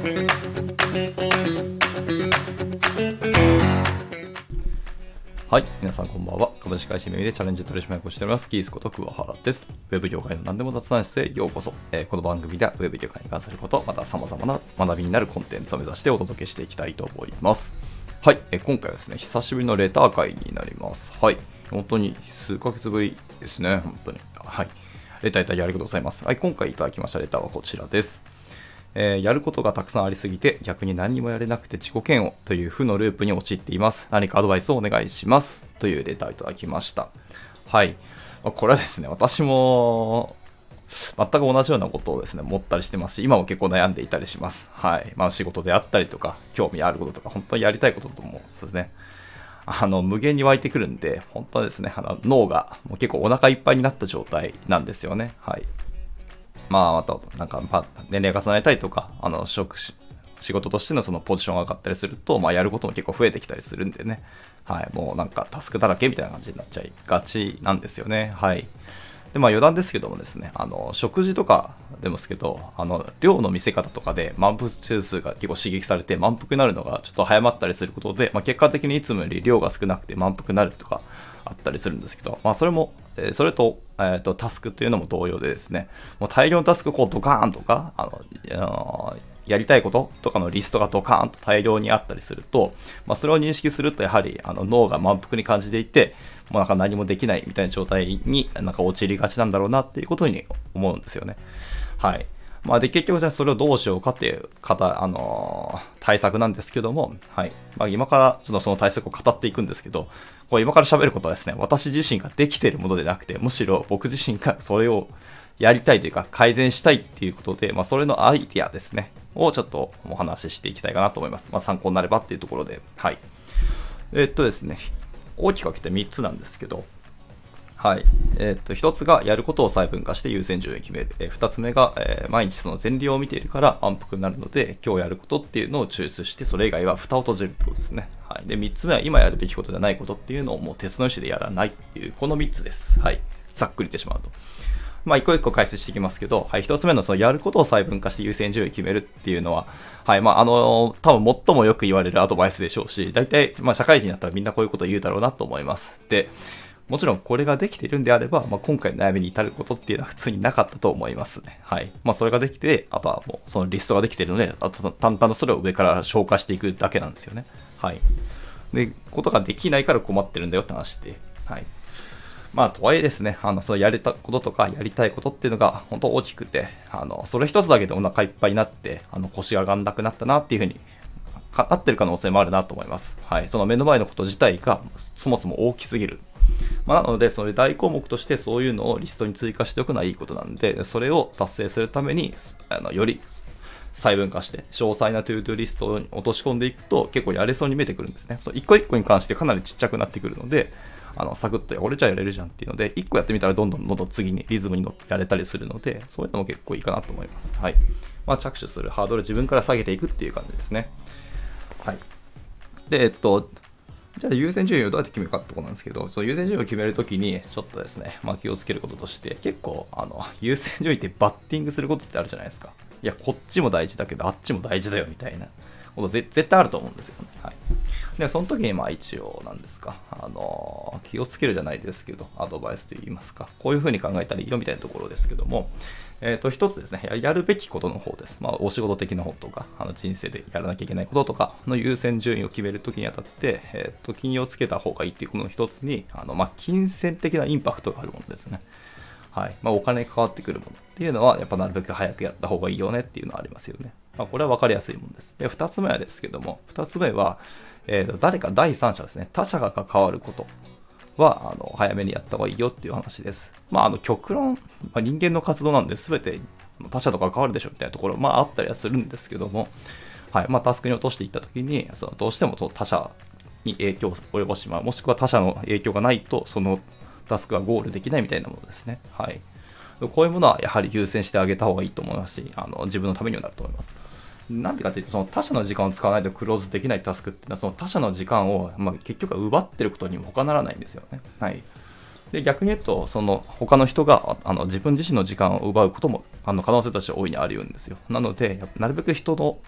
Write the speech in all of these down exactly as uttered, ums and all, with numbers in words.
はい、皆さんこんばんは。株式会社名でチャレンジ取締役をしておりますキースこと桑原です。ウェブ業界の何でも雑談室へようこそ。えー、この番組ではウェブ業界に関すること、また様々な学びになるコンテンツを目指してお届けしていきたいと思います。はい、えー、今回はですね、久しぶりのレター会になります。はい、本当に数ヶ月ぶりですね、本当に。はい、レターいただきありがとうございます。はい、今回いただきましたレターはこちらです。えー、やることがたくさんありすぎて逆に何もやれなくて自己嫌悪という負のループに陥っています。何かアドバイスをお願いしますというレターをいただきました。はい、これはですね、私も全く同じようなことをですね思ったりしてますし、今も結構悩んでいたりします。はい、まあ、仕事であったりとか興味あることとか本当にやりたいことともですね、あの無限に湧いてくるんで、本当はですね、あの脳がもう結構お腹いっぱいになった状態なんですよね。はい。まあ、また、なんか、年齢重ねたりとか、あの、職種、仕事としてのそのポジションが上がったりすると、まあ、やることも結構増えてきたりするんでね。はい。もうなんか、タスクだらけみたいな感じになっちゃいがちなんですよね。はい。で、まあ、余談ですけどもですね、あの、食事とかでもですけど、あの、量の見せ方とかで満腹中枢が結構刺激されて満腹になるのがちょっと早まったりすることで、まあ、結果的にいつもより量が少なくて満腹になるとかあったりするんですけど、まあ、それも、えー、それと、えーと、タスクというのも同様でですね、もう大量のタスクをこうドカーンとか、あの、あのやりたいこととかのリストがドカーンと大量にあったりすると、まあ、それを認識するとやはりあの脳が満腹に感じていて、もうなんか何もできないみたいな状態になんか陥りがちなんだろうなっていうことに思うんですよね。はい。まあ、で結局じゃあそれをどうしようかっていう方、あのー、対策なんですけども、はい。まあ、今からちょっとその対策を語っていくんですけど、これ今から喋ることはですね、私自身ができているものでなくて、むしろ僕自身がそれをやりたいというか改善したいっていうことで、まあ、それのアイディアですね、をちょっとお話ししていきたいかなと思います。まあ、参考になればっていうところで、はい。えー、っとですね、大きく分けてみっつなんですけど、はい。えっと、一つがやることを細分化して優先順位を決める。えー、二つ目が、えー、毎日その全量を見ているから満腹になるので、今日やることっていうのを抽出して、それ以外は蓋を閉じるってことですね。はい。で、三つ目は今やるべきことじゃないことっていうのをもう鉄の意志でやらないっていう、この三つです。はい。ざっくり言ってしまうと。まあ、一個一個解説していきますけど、はい。一つ目のそのやることを細分化して優先順位を決めるっていうのは、はい。まあ、あのー、多分最もよく言われるアドバイスでしょうし、大体、まあ、社会人だったらみんなこういうことを言うだろうなと思います。で、もちろんこれができているんであれば、まあ、今回の悩みに至ることっていうのは普通になかったと思いますね。はい。まあ、それができて、あとはもうそのリストができているので、あと淡々とそれを上から消化していくだけなんですよね。はい。で、ことができないから困ってるんだよって話で。はい。まあ、とはいえですね、あの、そのやれたこととかやりたいことっていうのが本当大きくて、あの、それ一つだけでお腹いっぱいになって、あの、腰が上がんなくなったなっていうふうになってる可能性もあるなと思います。はい。その目の前のこと自体がそもそも大きすぎる。まあ、なので、それ大項目としてそういうのをリストに追加しておくのはいいことなんで、それを達成するために、あのより細分化して、詳細なトゥードゥリストに落とし込んでいくと、結構やれそうに見えてくるんですね。その一個一個に関してかなりちっちゃくなってくるので、あのサクッと俺じゃやれるじゃんっていうので、一個やってみたらどんどんどんどん次にリズムに乗ってやれたりするので、そういうのも結構いいかなと思います。はい。まあ、着手するハードル自分から下げていくっていう感じですね。はい。で、えっと、じゃあ優先順位をどうやって決めるかってところなんですけど、その優先順位を決めるときに、ちょっとですね、まあ、気をつけることとして、結構、あの、優先順位ってバッティングすることってあるじゃないですか。いや、こっちも大事だけど、あっちも大事だよみたいなことぜ絶対あると思うんですよね。はい。で、その時に、まあ一応、なんですか、あの、気をつけるじゃないですけど、アドバイスといいますか、こういう風に考えたらいいよみたいなところですけども、えっと、一つですね、やるべきことの方です。まあ、お仕事的な方とか、あの人生でやらなきゃいけないこととかの優先順位を決めるときにあたって、えっと、金をつけた方がいいっていうこの一つに、あの、まあ、金銭的なインパクトがあるものですね。はい。まあ、お金が関わってくるものっていうのは、やっぱなるべく早くやった方がいいよねっていうのはありますよね。まあ、これは分かりやすいものです。で、二つ目はですけども、二つ目は、えっと、誰か第三者ですね、他者が関わること。はあの早めにやった方がいいよっていう話です。まあ、あの極論、まあ、人間の活動なんで全て他者と関わるでしょみたいなところ、まあ、あったりはするんですけども、はいまあ、タスクに落としていったときに、そのどうしても他者に影響を及ぼしてしまう、もしくは他者の影響がないと、そのタスクがゴールできないみたいなものですね。はい、こういうものはやはり優先してあげた方がいいと思いますし、あの自分のためにはなると思います。なんでかというと、その他者の時間を使わないとクローズできないタスクっていうのは、その他者の時間を、まあ、結局は奪ってることにも他ならないんですよね。はい。で、逆に言うと、その他の人があの自分自身の時間を奪うこともあの可能性としては大いにあり得るんですよ。なので、なるべく人の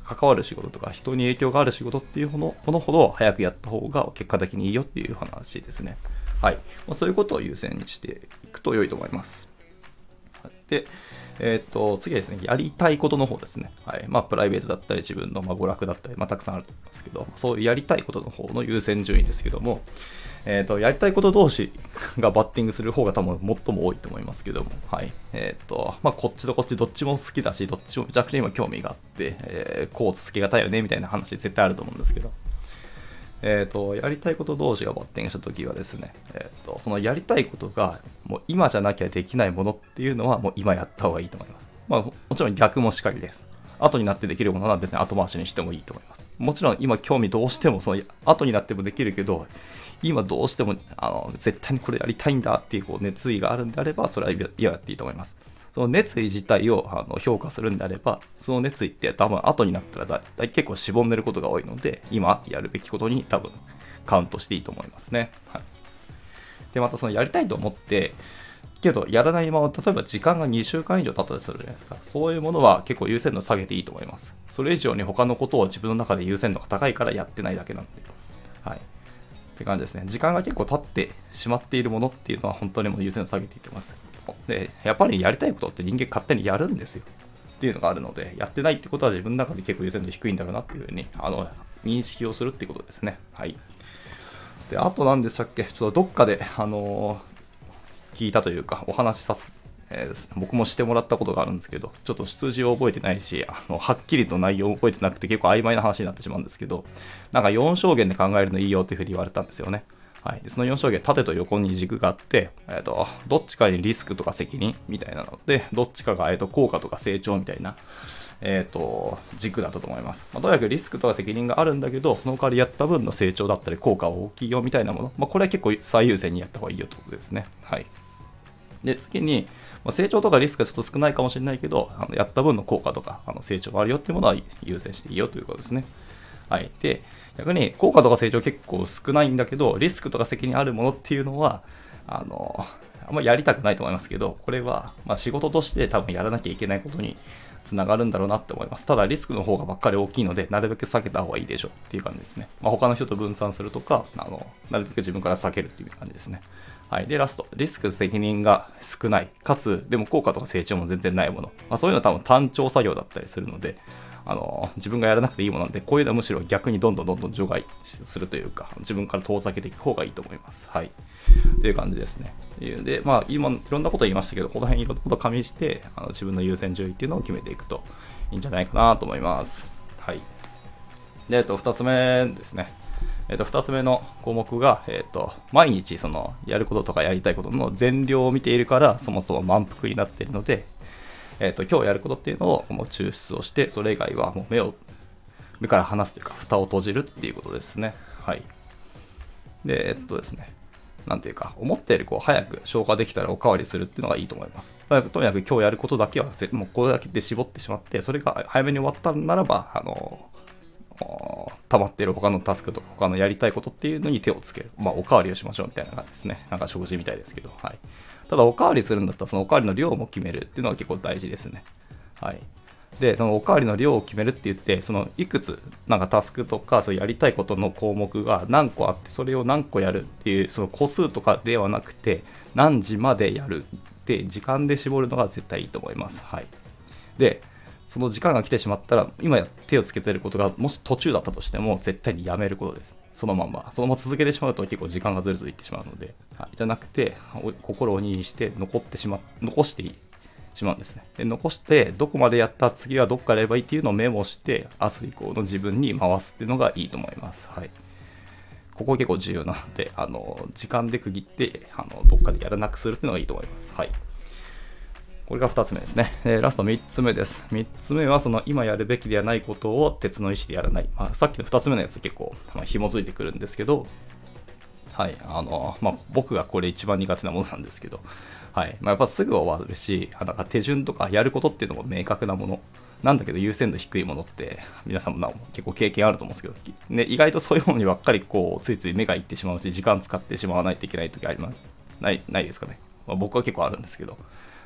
関わる仕事とか人に影響がある仕事っていうものものほど早くやった方が結果的にいいよっていう話ですね。はい。まあ、そういうことを優先にしていくと良いと思います。で、えっと、次はですね、やりたいことの方ですね。はい。まあ、プライベートだったり、自分のまあ娯楽だったり、まあ、たくさんあると思いますけど、そういうやりたいことの方の優先順位ですけども、えっと、やりたいこと同士がバッティングする方が多分最も多いと思いますけども、はい。えっと、まあ、こっちとこっちどっちも好きだし、どっちもめちゃくちゃ今興味があって、えー、こう続けがたいよね、みたいな話絶対あると思うんですけど、えーと、やりたいこと同士がバッティングしたときはですね、えーと、そのやりたいことがもう今じゃなきゃできないものっていうのはもう今やった方がいいと思います。まあもちろん逆もしかりです。後になってできるものは別に後回しにしてもいいと思います。もちろん今興味どうしてもその後になってもできるけど、今どうしてもあの絶対にこれやりたいんだっていうこう熱意があるんであれば、それは今やっていいと思います。その熱意自体をあの評価するんであれば、その熱意って多分後になったらだだ結構しぼんでることが多いので、今やるべきことに多分カウントしていいと思いますね。はい、で、またそのやりたいと思って、けどやらないまま、例えば時間がにしゅうかん以上経ったとするじゃないですか。そういうものは結構優先度下げていいと思います。それ以上に他のことを自分の中で優先度が高いからやってないだけなんで。はい。って感じですね。時間が結構経ってしまっているものっていうのは本当にもう優先度下げていってます。で、やっぱりやりたいことって人間勝手にやるんですよ。っていうのがあるので、やってないってことは自分の中で結構優先度低いんだろうなっていうふうに、あの、認識をするっていうことですね。はい。で、あと何でしたっけ、ちょっとどっかで、あのー、聞いたというか、お話しさせ、えー、僕もしてもらったことがあるんですけど、ちょっと出自を覚えてないし、あの、はっきりと内容を覚えてなくて結構曖昧な話になってしまうんですけど、なんかよん証言で考えるのいいよっていうふうに言われたんですよね。はい、でそのよん証言、縦と横に軸があって、えーと、どっちかにリスクとか責任みたいなので、どっちかが、えーと、効果とか成長みたいな、えーと、軸だったと思います。まあ、とにかくリスクとか責任があるんだけど、その代わりやった分の成長だったり効果は大きいよみたいなもの、まあ、これは結構最優先にやった方がいいよということですね。はい。で、次に、まあ、成長とかリスクがちょっと少ないかもしれないけど、あのやった分の効果とかあの成長があるよっていうものは優先していいよということですね。はい。で、逆に効果とか成長結構少ないんだけど、リスクとか責任あるものっていうのは、あの、あんまりやりたくないと思いますけど、これは、まあ、仕事として多分やらなきゃいけないことにつながるんだろうなって思います。ただリスクの方がばっかり大きいので、なるべく避けた方がいいでしょうっていう感じですね。まあ、他の人と分散するとか、あの、なるべく自分から避けるっていう感じですね。はい。で、ラスト。リスク、責任が少ない。かつ、でも効果とか成長も全然ないもの。まあ、そういうのは多分単調作業だったりするので、あの、自分がやらなくていいものなんで、こういうのはむしろ逆にどんどんどんどん除外するというか、自分から遠ざけていく方がいいと思います。はい。という感じですね。で、まあ、今、いろんなこと言いましたけど、この辺いろんなことを加味して、あの自分の優先順位っていうのを決めていくといいんじゃないかなと思います。はい。で、えっと、二つ目ですね。えっと、二つ目の項目が、えっと、毎日、その、やることとかやりたいことの全量を見ているから、そもそも満腹になっているので、えっと、今日やることっていうのをもう抽出をして、それ以外はもう目を、目から離すというか、蓋を閉じるっていうことですね。はい。で、えっとですね。なんていうか、思ったよりこう早く消化できたらおかわりするっていうのがいいと思います。とにかく今日やることだけは、もうこれだけで絞ってしまって、それが早めに終わったならば、あの、溜まっている他のタスクとか他のやりたいことっていうのに手をつける。まあ、おかわりをしましょうみたいな感じですね。なんか食事みたいですけど。はい。ただ、おかわりするんだったら、そのおかわりの量も決めるっていうのは結構大事ですね。はい。で、そのおかわりの量を決めるって言って、そのいくつ、なんかタスクとか、そうやりたいことの項目が何個あって、それを何個やるっていう、その個数とかではなくて、何時までやるって時間で絞るのが絶対いいと思います。はい。で、その時間が来てしまったら、今手をつけていることがもし途中だったとしても、絶対にやめることです。そのまんま。そのまま続けてしまうと結構時間がずるずるいってしまうので、はい、じゃなくて、心を鬼にして残ってしま、残していい。しまうんですね。で、残して、どこまでやった次はどこからやればいいっていうのをメモして、明日以降の自分に回すっていうのがいいと思います。はい。ここ結構重要なので、あの、時間で区切って、あの、どっかでやらなくするっていうのがいいと思います。はい。これがふたつめですね。で、ラストみっつめです。みっつめは、その今やるべきではないことを鉄の意志でやらない。まあ、さっきのふたつめのやつ結構、まあ、紐づいてくるんですけど、はい。あの、まあ、僕がこれ一番苦手なものなんですけど、はい。まあ、やっぱすぐ終わるし、なんか手順とかやることっていうのも明確なものなんだけど、優先度低いものって皆さんも結構経験あると思うんですけど、ね、意外とそういうものにばっかりこうついつい目がいってしまうし、時間使ってしまわないといけない時ありますないないですかね。まあ、僕は結構あるんですけど、はい。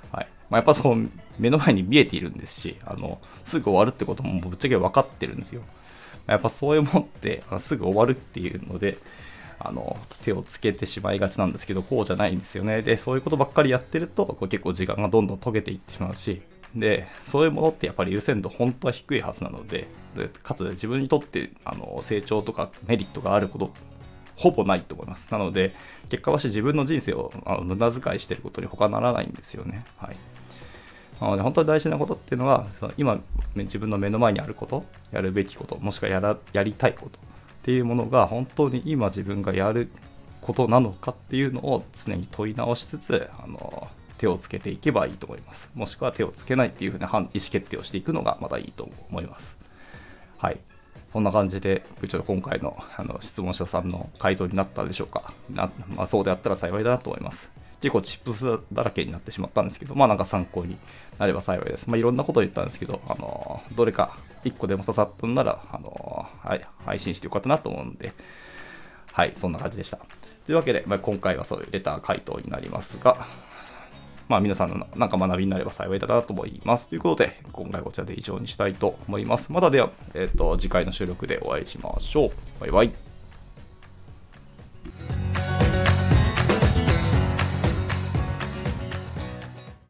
まあ、やっぱそう目の前に見えているんですし、あのすぐ終わるってこともぶっちゃけ分かってるんですよ。やっぱそういうものってあのすぐ終わるっていうので、あの手をつけてしまいがちなんですけど、こうじゃないんですよね。で、そういうことばっかりやってると、こう結構時間がどんどん溶けていってしまうし、で、そういうものってやっぱり優先度本当は低いはずなので、でかつ自分にとってあの成長とかメリットがあることほぼないと思います。なので、結果はし自分の人生をあの無駄遣いしていることに他ならないんですよね。はい。なので、本当に大事なことっていうのは、その今、自分の目の前にあること、やるべきこと、もしくはやらやりたいことっていうものが、本当に今自分がやることなのかっていうのを常に問い直しつつ、あの手をつけていけばいいと思います。もしくは手をつけないっていうふうな意思決定をしていくのがまたいいと思います。はい。そんな感じで、ちょっと今回の、あの質問者さんの回答になったでしょうか。なまあ、そうであったら幸いだなと思います。結構チップスだらけになってしまったんですけど、まあなんか参考になれば幸いです。まあいろんなことを言ったんですけど、あのどれかいっこでも刺さったんなら、あのはい、配信してよかったなと思うんで、はい、そんな感じでした。というわけで、まあ、今回はそういうレター回答になりますが、まあ皆さんのなんか学びになれば幸いだなと思います。ということで、今回こちらで以上にしたいと思います。またでは、えっと、次回の収録でお会いしましょう。バイバイ。